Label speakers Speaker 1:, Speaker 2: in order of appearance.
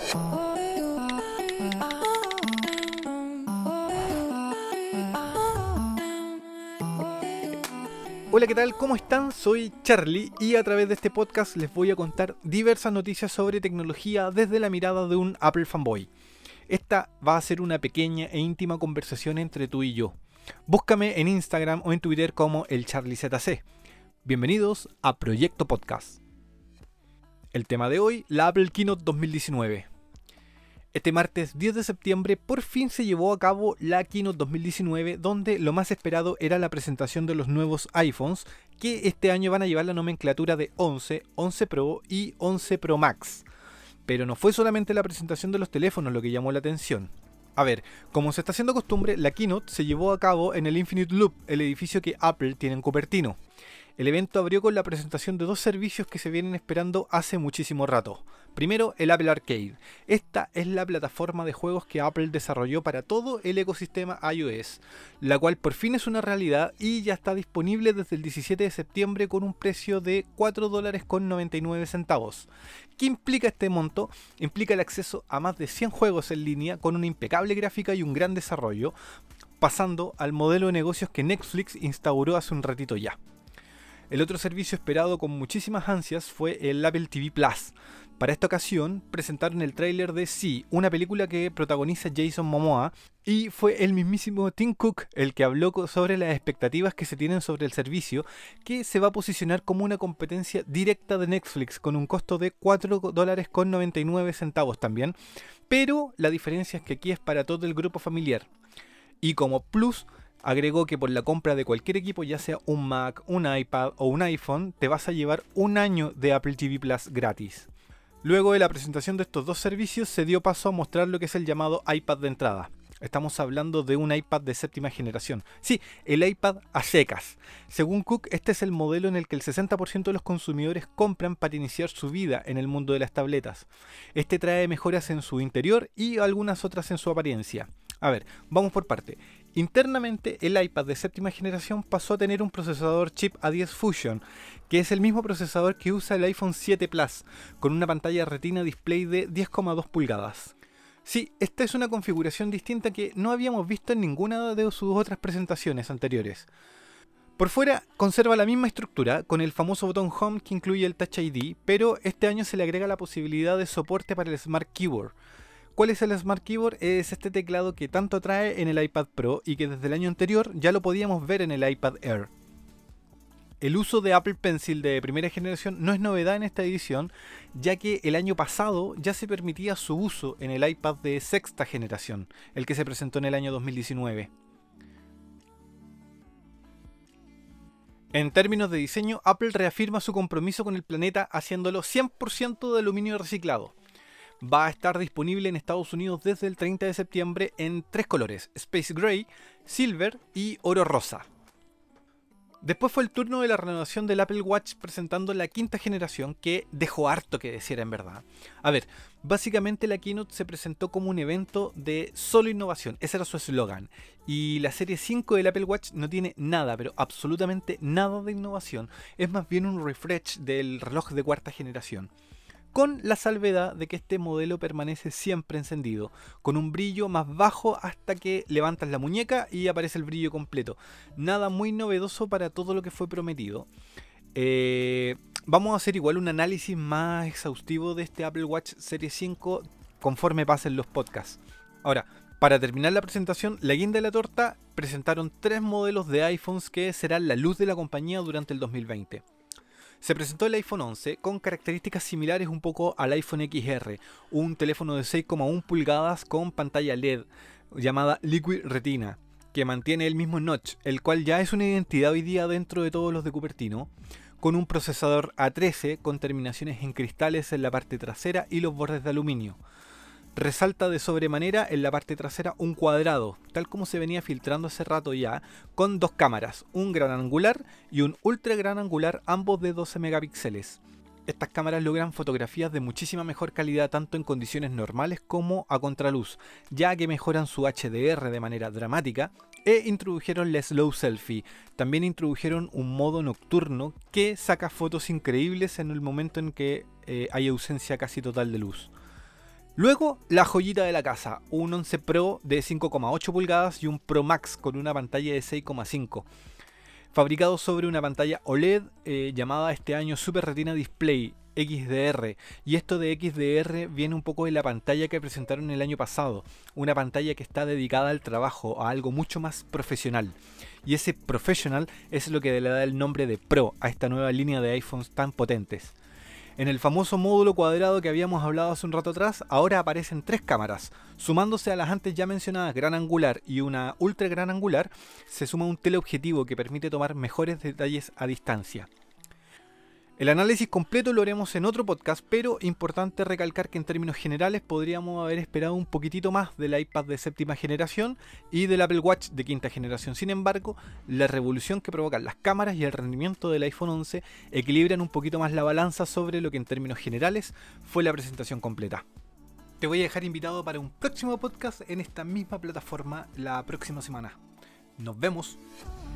Speaker 1: Hola, ¿qué tal? ¿Cómo están? Soy Charlie y a través de este podcast les voy a contar diversas noticias sobre tecnología desde la mirada de un Apple fanboy. Esta va a ser una pequeña e íntima conversación entre tú y yo. Búscame en Instagram o en Twitter como el CharlieZC. Bienvenidos a Proyecto Podcast. El tema de hoy, la Apple Keynote 2019. Este martes 10 de septiembre por fin se llevó a cabo la Keynote 2019, donde lo más esperado era la presentación de los nuevos iPhones, que este año van a llevar la nomenclatura de 11, 11 Pro y 11 Pro Max. Pero no fue solamente la presentación de los teléfonos lo que llamó la atención. A ver, como se está haciendo costumbre, la Keynote se llevó a cabo en el Infinite Loop, el edificio que Apple tiene en Cupertino. El evento abrió con la presentación de dos servicios que se vienen esperando hace muchísimo rato. Primero, el Apple Arcade. Esta es la plataforma de juegos que Apple desarrolló para todo el ecosistema iOS, la cual por fin es una realidad y ya está disponible desde el 17 de septiembre con un precio de $4.99. ¿Qué implica este monto? Implica el acceso a más de 100 juegos en línea con una impecable gráfica y un gran desarrollo, pasando al modelo de negocios que Netflix instauró hace un ratito ya. El otro servicio esperado con muchísimas ansias fue el Apple TV Plus. Para esta ocasión presentaron el tráiler de Sí, una película que protagoniza Jason Momoa, y fue el mismísimo Tim Cook el que habló sobre las expectativas que se tienen sobre el servicio, que se va a posicionar como una competencia directa de Netflix con un costo de $4.99 también, pero la diferencia es que aquí es para todo el grupo familiar. Y como plus, agregó que por la compra de cualquier equipo, ya sea un Mac, un iPad o un iPhone, te vas a llevar un año de Apple TV Plus gratis. Luego de la presentación de estos dos servicios, se dio paso a mostrar lo que es el llamado iPad de entrada. Estamos hablando de un iPad de séptima generación. Sí, el iPad a secas. Según Cook, este es el modelo en el que el 60% de los consumidores compran para iniciar su vida en el mundo de las tabletas. Este trae mejoras en su interior y algunas otras en su apariencia. A ver, vamos por parte. Internamente, el iPad de séptima generación pasó a tener un procesador chip A10 Fusion, que es el mismo procesador que usa el iPhone 7 Plus, con una pantalla Retina Display de 10,2 pulgadas. Sí, esta es una configuración distinta que no habíamos visto en ninguna de sus otras presentaciones anteriores. Por fuera conserva la misma estructura, con el famoso botón Home que incluye el Touch ID, pero este año se le agrega la posibilidad de soporte para el Smart Keyboard. ¿Cuál es el Smart Keyboard? Es este teclado que tanto trae en el iPad Pro y que desde el año anterior ya lo podíamos ver en el iPad Air. El uso de Apple Pencil de primera generación no es novedad en esta edición, ya que el año pasado ya se permitía su uso en el iPad de sexta generación, el que se presentó en el año 2019. En términos de diseño, Apple reafirma su compromiso con el planeta haciéndolo 100% de aluminio reciclado. Va a estar disponible en Estados Unidos desde el 30 de septiembre en tres colores: Space Gray, Silver y Oro Rosa. Después fue el turno de la renovación del Apple Watch presentando la quinta generación, que dejó harto que decir en verdad. A ver, básicamente la Keynote se presentó como un evento de solo innovación, ese era su eslogan. Y la serie 5 del Apple Watch no tiene nada, pero absolutamente nada de innovación. Es más bien un refresh del reloj de cuarta generación, con la salvedad de que este modelo permanece siempre encendido, con un brillo más bajo hasta que levantas la muñeca y aparece el brillo completo. Nada muy novedoso para todo lo que fue prometido. Vamos a hacer igual un análisis más exhaustivo de este Apple Watch Serie 5 conforme pasen los podcasts. Ahora, para terminar la presentación, la guinda de la torta, presentaron tres modelos de iPhones que serán la luz de la compañía durante el 2020. Se presentó el iPhone 11 con características similares un poco al iPhone XR, un teléfono de 6,1 pulgadas con pantalla LED llamada Liquid Retina, que mantiene el mismo notch, el cual ya es una identidad hoy día dentro de todos los de Cupertino, con un procesador A13 con terminaciones en cristales en la parte trasera y los bordes de aluminio. Resalta de sobremanera en la parte trasera un cuadrado, tal como se venía filtrando hace rato ya, con dos cámaras, un gran angular y un ultra gran angular, ambos de 12 megapíxeles. Estas cámaras logran fotografías de muchísima mejor calidad tanto en condiciones normales como a contraluz, ya que mejoran su HDR de manera dramática e introdujeron la Slow Selfie. También introdujeron un modo nocturno que saca fotos increíbles en el momento en que hay ausencia casi total de luz. Luego, la joyita de la casa, un 11 Pro de 5,8 pulgadas y un Pro Max con una pantalla de 6,5. Fabricado sobre una pantalla OLED llamada este año Super Retina Display XDR. Y esto de XDR viene un poco de la pantalla que presentaron el año pasado. Una pantalla que está dedicada al trabajo, a algo mucho más profesional. Y ese professional es lo que le da el nombre de Pro a esta nueva línea de iPhones tan potentes. En el famoso módulo cuadrado que habíamos hablado hace un rato atrás, ahora aparecen 3 cámaras. Sumándose a las antes ya mencionadas gran angular y una ultra gran angular, se suma un teleobjetivo que permite tomar mejores detalles a distancia. El análisis completo lo haremos en otro podcast, pero importante recalcar que en términos generales podríamos haber esperado un poquitito más del iPad de séptima generación y del Apple Watch de quinta generación. Sin embargo, la revolución que provocan las cámaras y el rendimiento del iPhone 11 equilibran un poquito más la balanza sobre lo que en términos generales fue la presentación completa. Te voy a dejar invitado para un próximo podcast en esta misma plataforma la próxima semana. Nos vemos.